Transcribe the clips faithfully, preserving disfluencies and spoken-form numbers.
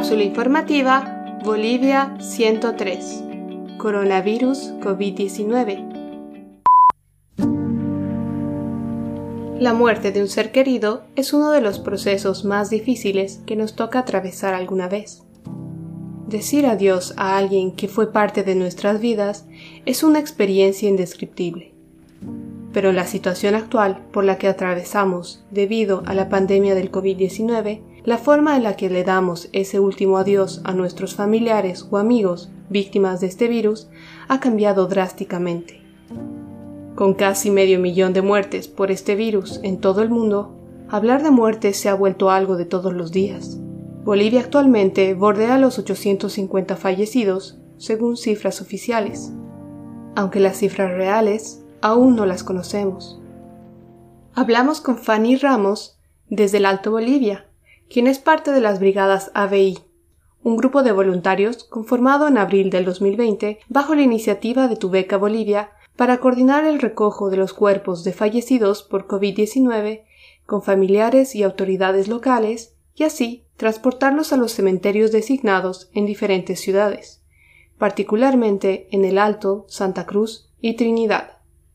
Cápsula informativa Bolivia ciento tres. Coronavirus COVID diecinueve. La muerte de un ser querido es uno de los procesos más difíciles que nos toca atravesar alguna vez. Decir adiós a alguien que fue parte de nuestras vidas es una experiencia indescriptible. Pero la situación actual por la que atravesamos debido a la pandemia del COVID diecinueve, la forma en la que le damos ese último adiós a nuestros familiares o amigos víctimas de este virus ha cambiado drásticamente. Con casi medio millón de muertes por este virus en todo el mundo, hablar de muertes se ha vuelto algo de todos los días. Bolivia actualmente bordea los ochocientos cincuenta fallecidos, según cifras oficiales, aunque las cifras reales aún no las conocemos. Hablamos con Fanny Ramos desde el Alto Bolivia, quien es parte de las brigadas A B I, un grupo de voluntarios conformado en abril del dos mil veinte bajo la iniciativa de Tu Beca Bolivia para coordinar el recojo de los cuerpos de fallecidos por COVID diecinueve con familiares y autoridades locales y así transportarlos a los cementerios designados en diferentes ciudades, particularmente en el Alto, Santa Cruz y Trinidad.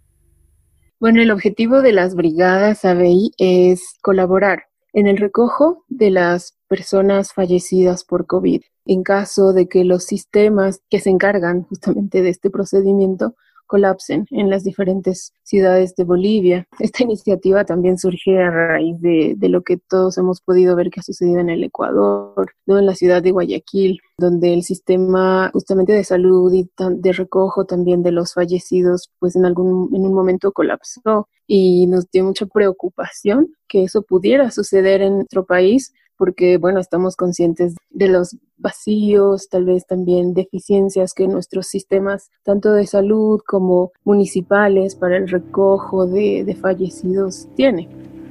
Bueno, el objetivo de las brigadas A B I es colaborar en el recojo de las personas fallecidas por COVID, en caso de que los sistemas que se encargan justamente de este procedimiento colapsen en las diferentes ciudades de Bolivia. Esta iniciativa también surge a raíz de, de lo que todos hemos podido ver que ha sucedido en el Ecuador, ¿no? En la ciudad de Guayaquil, donde el sistema justamente de salud y de recojo también de los fallecidos, pues en algún en un momento colapsó y nos dio mucha preocupación que eso pudiera suceder en nuestro país, porque, bueno, estamos conscientes de los vacíos, tal vez también deficiencias que nuestros sistemas, tanto de salud como municipales, para el recojo de, de fallecidos tienen.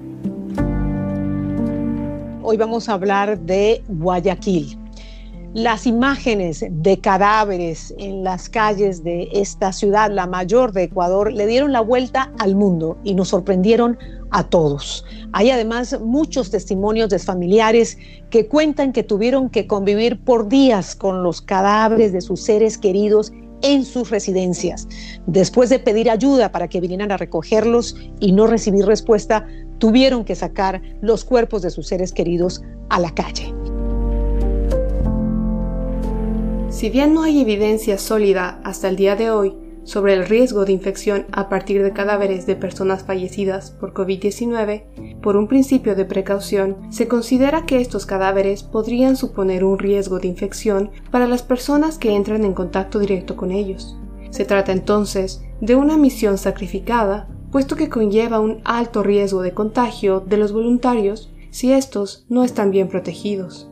Hoy vamos a hablar de Guayaquil. Las imágenes de cadáveres en las calles de esta ciudad, la mayor de Ecuador, le dieron la vuelta al mundo y nos sorprendieron a todos. Hay además muchos testimonios de familiares que cuentan que tuvieron que convivir por días con los cadáveres de sus seres queridos en sus residencias. Después de pedir ayuda para que vinieran a recogerlos y no recibir respuesta, tuvieron que sacar los cuerpos de sus seres queridos a la calle. Si bien no hay evidencia sólida hasta el día de hoy sobre el riesgo de infección a partir de cadáveres de personas fallecidas por COVID diecinueve, por un principio de precaución, se considera que estos cadáveres podrían suponer un riesgo de infección para las personas que entran en contacto directo con ellos. Se trata entonces de una misión sacrificada, puesto que conlleva un alto riesgo de contagio de los voluntarios si estos no están bien protegidos.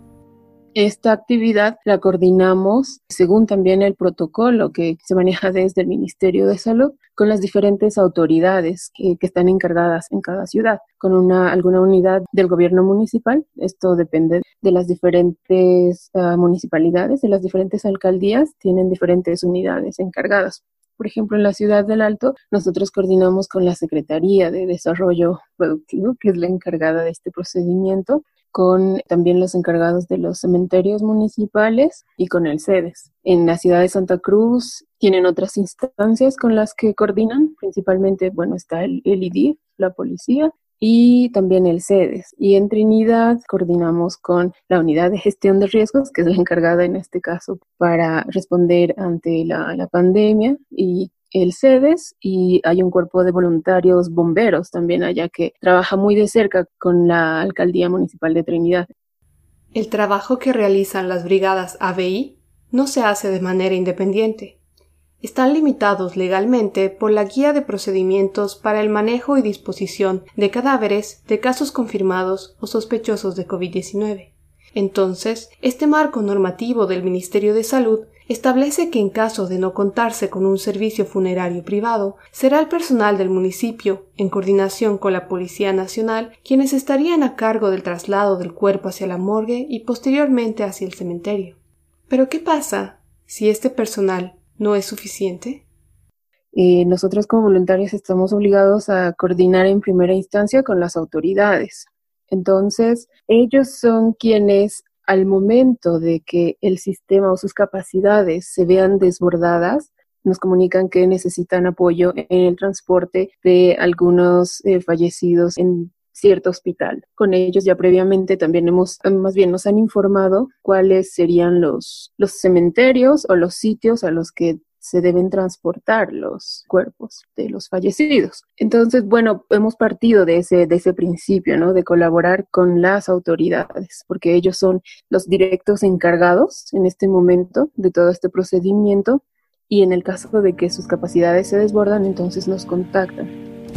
Esta actividad la coordinamos según también el protocolo que se maneja desde el Ministerio de Salud con las diferentes autoridades que, que están encargadas en cada ciudad, con una, alguna unidad del gobierno municipal. Esto depende de las diferentes uh, municipalidades, de las diferentes alcaldías, tienen diferentes unidades encargadas. Por ejemplo, en la ciudad del Alto, nosotros coordinamos con la Secretaría de Desarrollo Productivo, que es la encargada de este procedimiento, con también los encargados de los cementerios municipales y con el CEDES. En la ciudad de Santa Cruz tienen otras instancias con las que coordinan, principalmente, bueno, está el, el I D I F, la policía, y también el CEDES. Y en Trinidad coordinamos con la Unidad de Gestión de Riesgos, que es la encargada en este caso para responder ante la, la pandemia, y el CEDES, y hay un cuerpo de voluntarios bomberos también allá que trabaja muy de cerca con la Alcaldía Municipal de Trinidad. El trabajo que realizan las brigadas A B I no se hace de manera independiente. Están limitados legalmente por la Guía de Procedimientos para el Manejo y Disposición de Cadáveres de Casos Confirmados o Sospechosos de COVID diecinueve. Entonces, este marco normativo del Ministerio de Salud establece que en caso de no contarse con un servicio funerario privado, será el personal del municipio, en coordinación con la Policía Nacional, quienes estarían a cargo del traslado del cuerpo hacia la morgue y posteriormente hacia el cementerio. ¿Pero qué pasa si este personal no es suficiente? Eh, nosotros como voluntarios estamos obligados a coordinar en primera instancia con las autoridades. Entonces, ellos son quienes al momento de que el sistema o sus capacidades se vean desbordadas, nos comunican que necesitan apoyo en el transporte de algunos eh, fallecidos en cierto hospital. Con ellos ya previamente también hemos, más bien nos han informado cuáles serían los, los cementerios o los sitios a los que se deben transportar los cuerpos de los fallecidos. Entonces, bueno, hemos partido de ese, de ese principio, ¿no? De colaborar con las autoridades, porque ellos son los directos encargados en este momento de todo este procedimiento, y en el caso de que sus capacidades se desbordan, entonces nos contactan.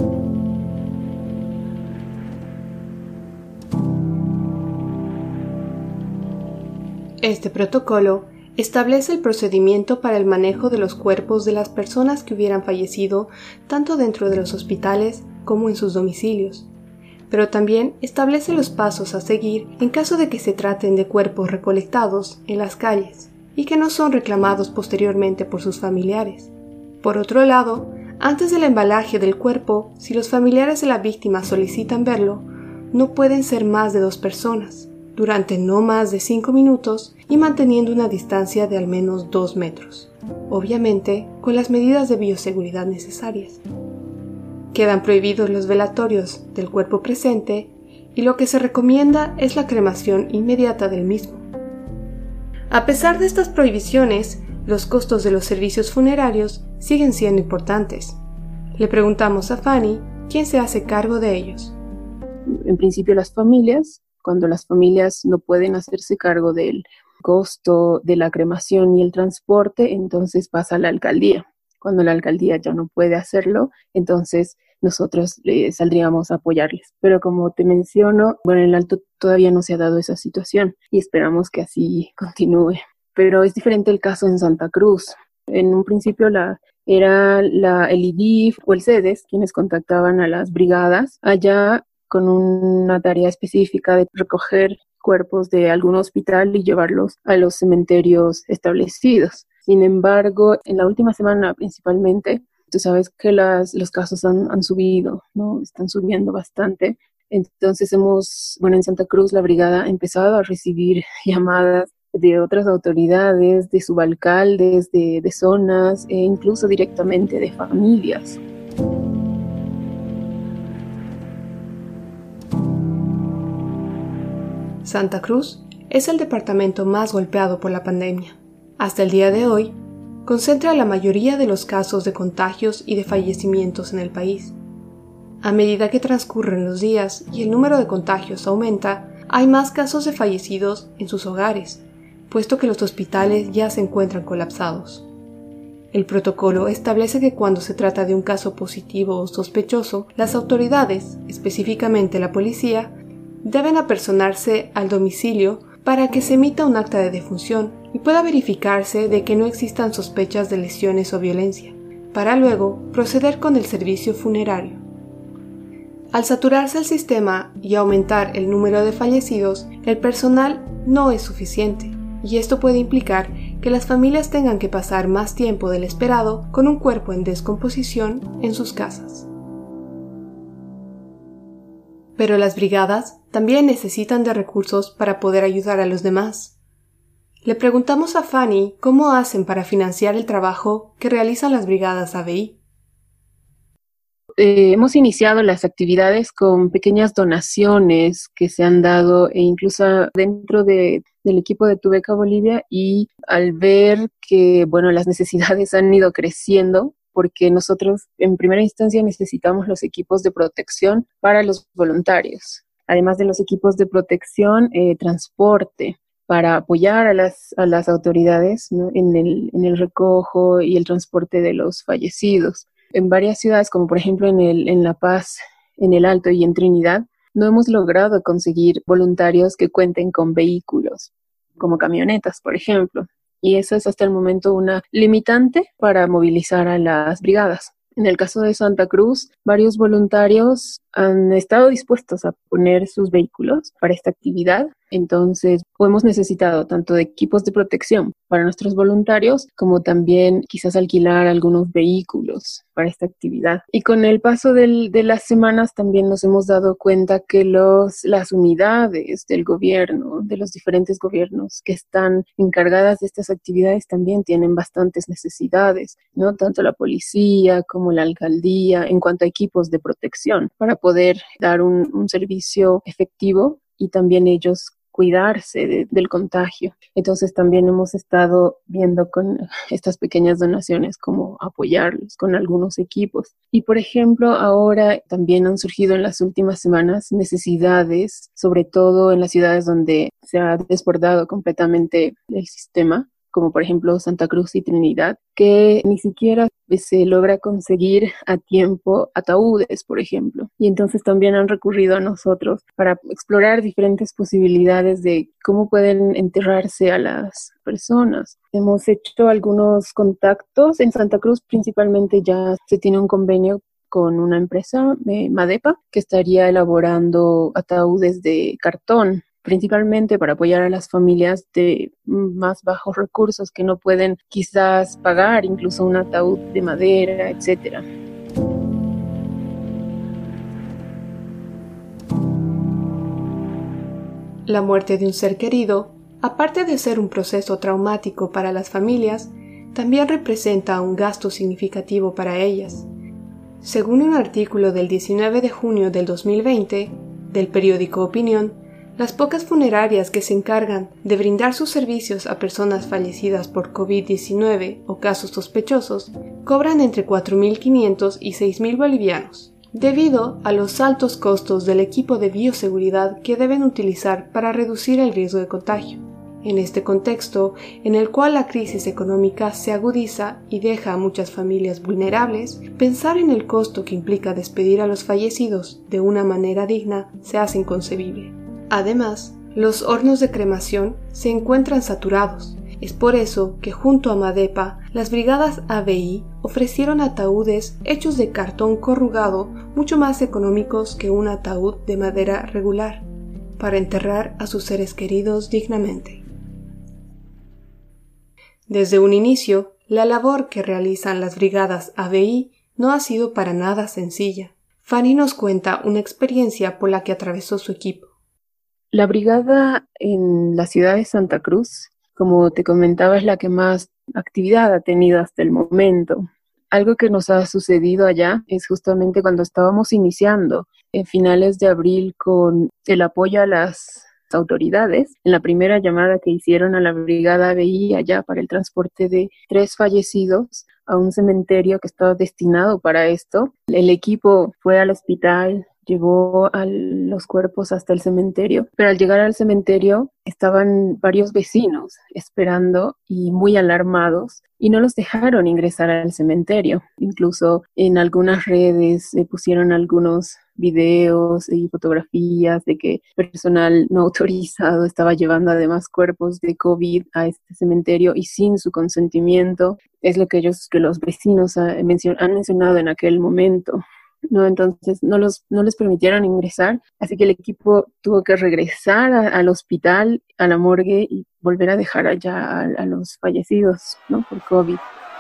Este protocolo establece el procedimiento para el manejo de los cuerpos de las personas que hubieran fallecido tanto dentro de los hospitales como en sus domicilios, pero también establece los pasos a seguir en caso de que se traten de cuerpos recolectados en las calles y que no son reclamados posteriormente por sus familiares. Por otro lado, antes del embalaje del cuerpo, si los familiares de la víctima solicitan verlo, no pueden ser más de dos personas, durante no más de cinco minutos y manteniendo una distancia de al menos dos metros, obviamente con las medidas de bioseguridad necesarias. Quedan prohibidos los velatorios del cuerpo presente y lo que se recomienda es la cremación inmediata del mismo. A pesar de estas prohibiciones, los costos de los servicios funerarios siguen siendo importantes. Le preguntamos a Fanny quién se hace cargo de ellos. En principio las familias. Cuando las familias no pueden hacerse cargo del costo de la cremación y el transporte, entonces pasa a la alcaldía. Cuando la alcaldía ya no puede hacerlo, entonces nosotros eh, saldríamos a apoyarles. Pero como te menciono, bueno, en el Alto todavía no se ha dado esa situación y esperamos que así continúe. Pero es diferente el caso en Santa Cruz. En un principio la, era la, el I D I F o el CEDES quienes contactaban a las brigadas allá con una tarea específica de recoger cuerpos de algún hospital y llevarlos a los cementerios establecidos. Sin embargo, en la última semana principalmente, tú sabes que las, los casos han, han subido, ¿no? Están subiendo bastante. Entonces hemos, bueno, en Santa Cruz la brigada ha empezado a recibir llamadas de otras autoridades, de subalcaldes, de, de zonas e incluso directamente de familias. Santa Cruz es el departamento más golpeado por la pandemia. Hasta el día de hoy, concentra la mayoría de los casos de contagios y de fallecimientos en el país. A medida que transcurren los días y el número de contagios aumenta, hay más casos de fallecidos en sus hogares, puesto que los hospitales ya se encuentran colapsados. El protocolo establece que cuando se trata de un caso positivo o sospechoso, las autoridades, específicamente la policía, deben apersonarse al domicilio para que se emita un acta de defunción y pueda verificarse de que no existan sospechas de lesiones o violencia, para luego proceder con el servicio funerario. Al saturarse el sistema y aumentar el número de fallecidos, el personal no es suficiente, y esto puede implicar que las familias tengan que pasar más tiempo del esperado con un cuerpo en descomposición en sus casas. Pero las brigadas también necesitan de recursos para poder ayudar a los demás. Le preguntamos a Fanny cómo hacen para financiar el trabajo que realizan las brigadas A B I. Eh, hemos iniciado las actividades con pequeñas donaciones que se han dado e incluso dentro de, del equipo de Tu Beca Bolivia, y al ver que bueno, las necesidades han ido creciendo, porque nosotros en primera instancia necesitamos los equipos de protección para los voluntarios. Además de los equipos de protección, eh, transporte para apoyar a las, a las autoridades, ¿no? en, el, en el recojo y el transporte de los fallecidos. En varias ciudades, como por ejemplo en, el, en La Paz, en el Alto y en Trinidad, no hemos logrado conseguir voluntarios que cuenten con vehículos, como camionetas, por ejemplo. Y eso es hasta el momento una limitante para movilizar a las brigadas. En el caso de Santa Cruz, varios voluntarios han estado dispuestos a poner sus vehículos para esta actividad. Entonces, hemos necesitado tanto de equipos de protección para nuestros voluntarios, como también quizás alquilar algunos vehículos para esta actividad. Y con el paso del, de las semanas también nos hemos dado cuenta que los, las unidades del gobierno, de los diferentes gobiernos que están encargadas de estas actividades, también tienen bastantes necesidades, ¿no? Tanto la policía como la alcaldía en cuanto a equipos de protección para poder dar un, un servicio efectivo y también ellos cuidarse de, del contagio. Entonces también hemos estado viendo con estas pequeñas donaciones cómo apoyarlos con algunos equipos. Y por ejemplo, ahora también han surgido en las últimas semanas necesidades, sobre todo en las ciudades donde se ha desbordado completamente el sistema, como por ejemplo Santa Cruz y Trinidad, que ni siquiera se logra conseguir a tiempo ataúdes, por ejemplo. Y entonces también han recurrido a nosotros para explorar diferentes posibilidades de cómo pueden enterrarse a las personas. Hemos hecho algunos contactos. En Santa Cruz principalmente ya se tiene un convenio con una empresa, eh, Madepa, que estaría elaborando ataúdes de cartón, principalmente para apoyar a las familias de más bajos recursos que no pueden quizás pagar incluso un ataúd de madera, etcétera. La muerte de un ser querido, aparte de ser un proceso traumático para las familias, también representa un gasto significativo para ellas. Según un artículo del diecinueve de junio del dos mil veinte del periódico Opinión, las pocas funerarias que se encargan de brindar sus servicios a personas fallecidas por covid diecinueve o casos sospechosos cobran entre cuatro mil quinientos y seis mil bolivianos, debido a los altos costos del equipo de bioseguridad que deben utilizar para reducir el riesgo de contagio. En este contexto, en el cual la crisis económica se agudiza y deja a muchas familias vulnerables, pensar en el costo que implica despedir a los fallecidos de una manera digna se hace inconcebible. Además, los hornos de cremación se encuentran saturados. Es por eso que junto a Madepa, las brigadas A B I ofrecieron ataúdes hechos de cartón corrugado mucho más económicos que un ataúd de madera regular, para enterrar a sus seres queridos dignamente. Desde un inicio, la labor que realizan las brigadas A B I no ha sido para nada sencilla. Fanny nos cuenta una experiencia por la que atravesó su equipo. La brigada en la ciudad de Santa Cruz, como te comentaba, es la que más actividad ha tenido hasta el momento. Algo que nos ha sucedido allá es justamente cuando estábamos iniciando en finales de abril con el apoyo a las autoridades, en la primera llamada que hicieron a la brigada A B I allá para el transporte de tres fallecidos a un cementerio que estaba destinado para esto. El equipo fue al hospital, llevó a los cuerpos hasta el cementerio, pero al llegar al cementerio estaban varios vecinos esperando y muy alarmados y no los dejaron ingresar al cementerio. Incluso en algunas redes se pusieron algunos videos y fotografías de que personal no autorizado estaba llevando además cuerpos de COVID a este cementerio y sin su consentimiento. Es lo que ellos, que los vecinos han mencionado en aquel momento. No, entonces no los no les permitieron ingresar, así que el equipo tuvo que regresar a, al hospital, a la morgue y volver a dejar allá a, a los fallecidos, ¿no? Por COVID.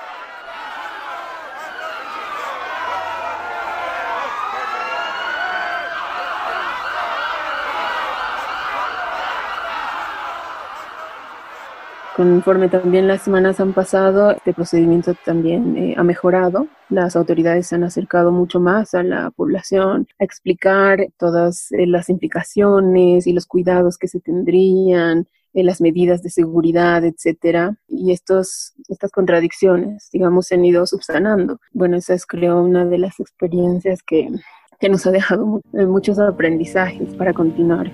Conforme también las semanas han pasado, este procedimiento también eh, ha mejorado. Las autoridades se han acercado mucho más a la población a explicar todas eh, las implicaciones y los cuidados que se tendrían, eh, las medidas de seguridad, etcétera. Y estos, estas contradicciones, digamos, se han ido subsanando. Bueno, esa es, creo, una de las experiencias que, que nos ha dejado mu- muchos aprendizajes para continuar.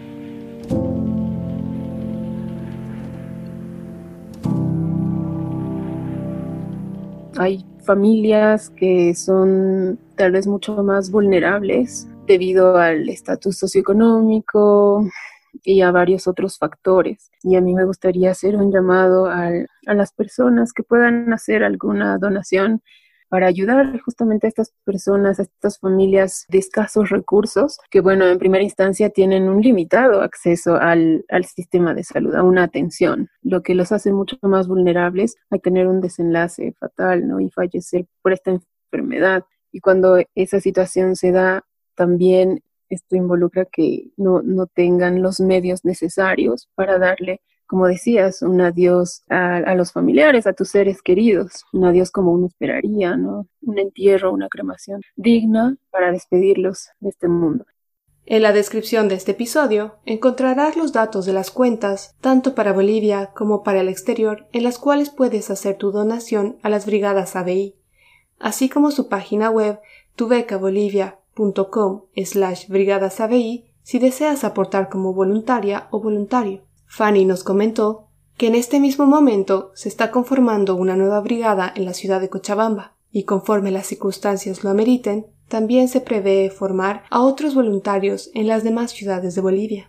Hay familias que son tal vez mucho más vulnerables debido al estatus socioeconómico y a varios otros factores. Y a mí me gustaría hacer un llamado al, a las personas que puedan hacer alguna donación para ayudar justamente a estas personas, a estas familias de escasos recursos, que bueno, en primera instancia tienen un limitado acceso al, al sistema de salud, a una atención, lo que los hace mucho más vulnerables a tener un desenlace fatal, ¿no? Y fallecer por esta enfermedad. Y cuando esa situación se da, también esto involucra que no, no tengan los medios necesarios para darle, como decías, un adiós a, a los familiares, a tus seres queridos, un adiós como uno esperaría, ¿no? Un entierro, una cremación digna para despedirlos de este mundo. En la descripción de este episodio encontrarás los datos de las cuentas, tanto para Bolivia como para el exterior, en las cuales puedes hacer tu donación a las brigadas A B I, así como su página web tubecabolivia.com slash brigadas ABI si deseas aportar como voluntaria o voluntario. Fanny nos comentó que en este mismo momento se está conformando una nueva brigada en la ciudad de Cochabamba y conforme las circunstancias lo ameriten, también se prevé formar a otros voluntarios en las demás ciudades de Bolivia.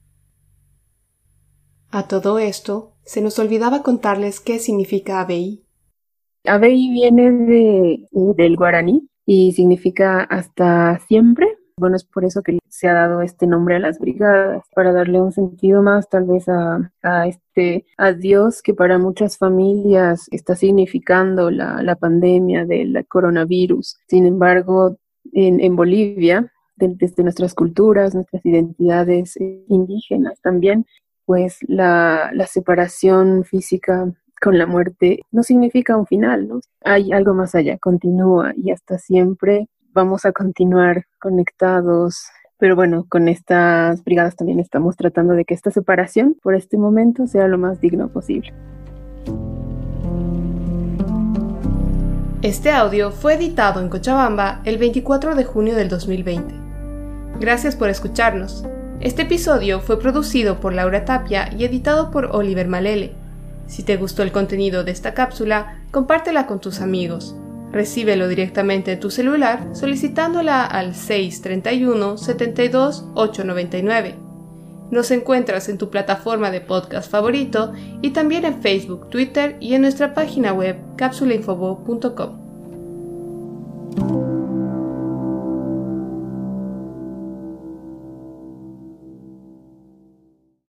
A todo esto, se nos olvidaba contarles qué significa A B I. A B I viene de, del guaraní y significa hasta siempre. Bueno, es por eso que se ha dado este nombre a las brigadas, para darle un sentido más tal vez a, a este adiós que para muchas familias está significando la, la pandemia del coronavirus. Sin embargo, en, en Bolivia, de, desde nuestras culturas, nuestras identidades eh, indígenas también, pues la, la separación física con la muerte no significa un final, ¿no? Hay algo más allá, continúa y hasta siempre vamos a continuar conectados. Pero bueno, con estas brigadas también estamos tratando de que esta separación por este momento sea lo más digno posible. Este audio fue editado en Cochabamba el veinticuatro de junio del dos mil veinte. Gracias por escucharnos. Este episodio fue producido por Laura Tapia y editado por Oliver Malele. Si te gustó el contenido de esta cápsula, compártela con tus amigos. Recíbelo directamente en tu celular solicitándola al seis tres uno, siete dos, ocho nueve nueve. Nos encuentras en tu plataforma de podcast favorito y también en Facebook, Twitter y en nuestra página web cápsula infobo punto com.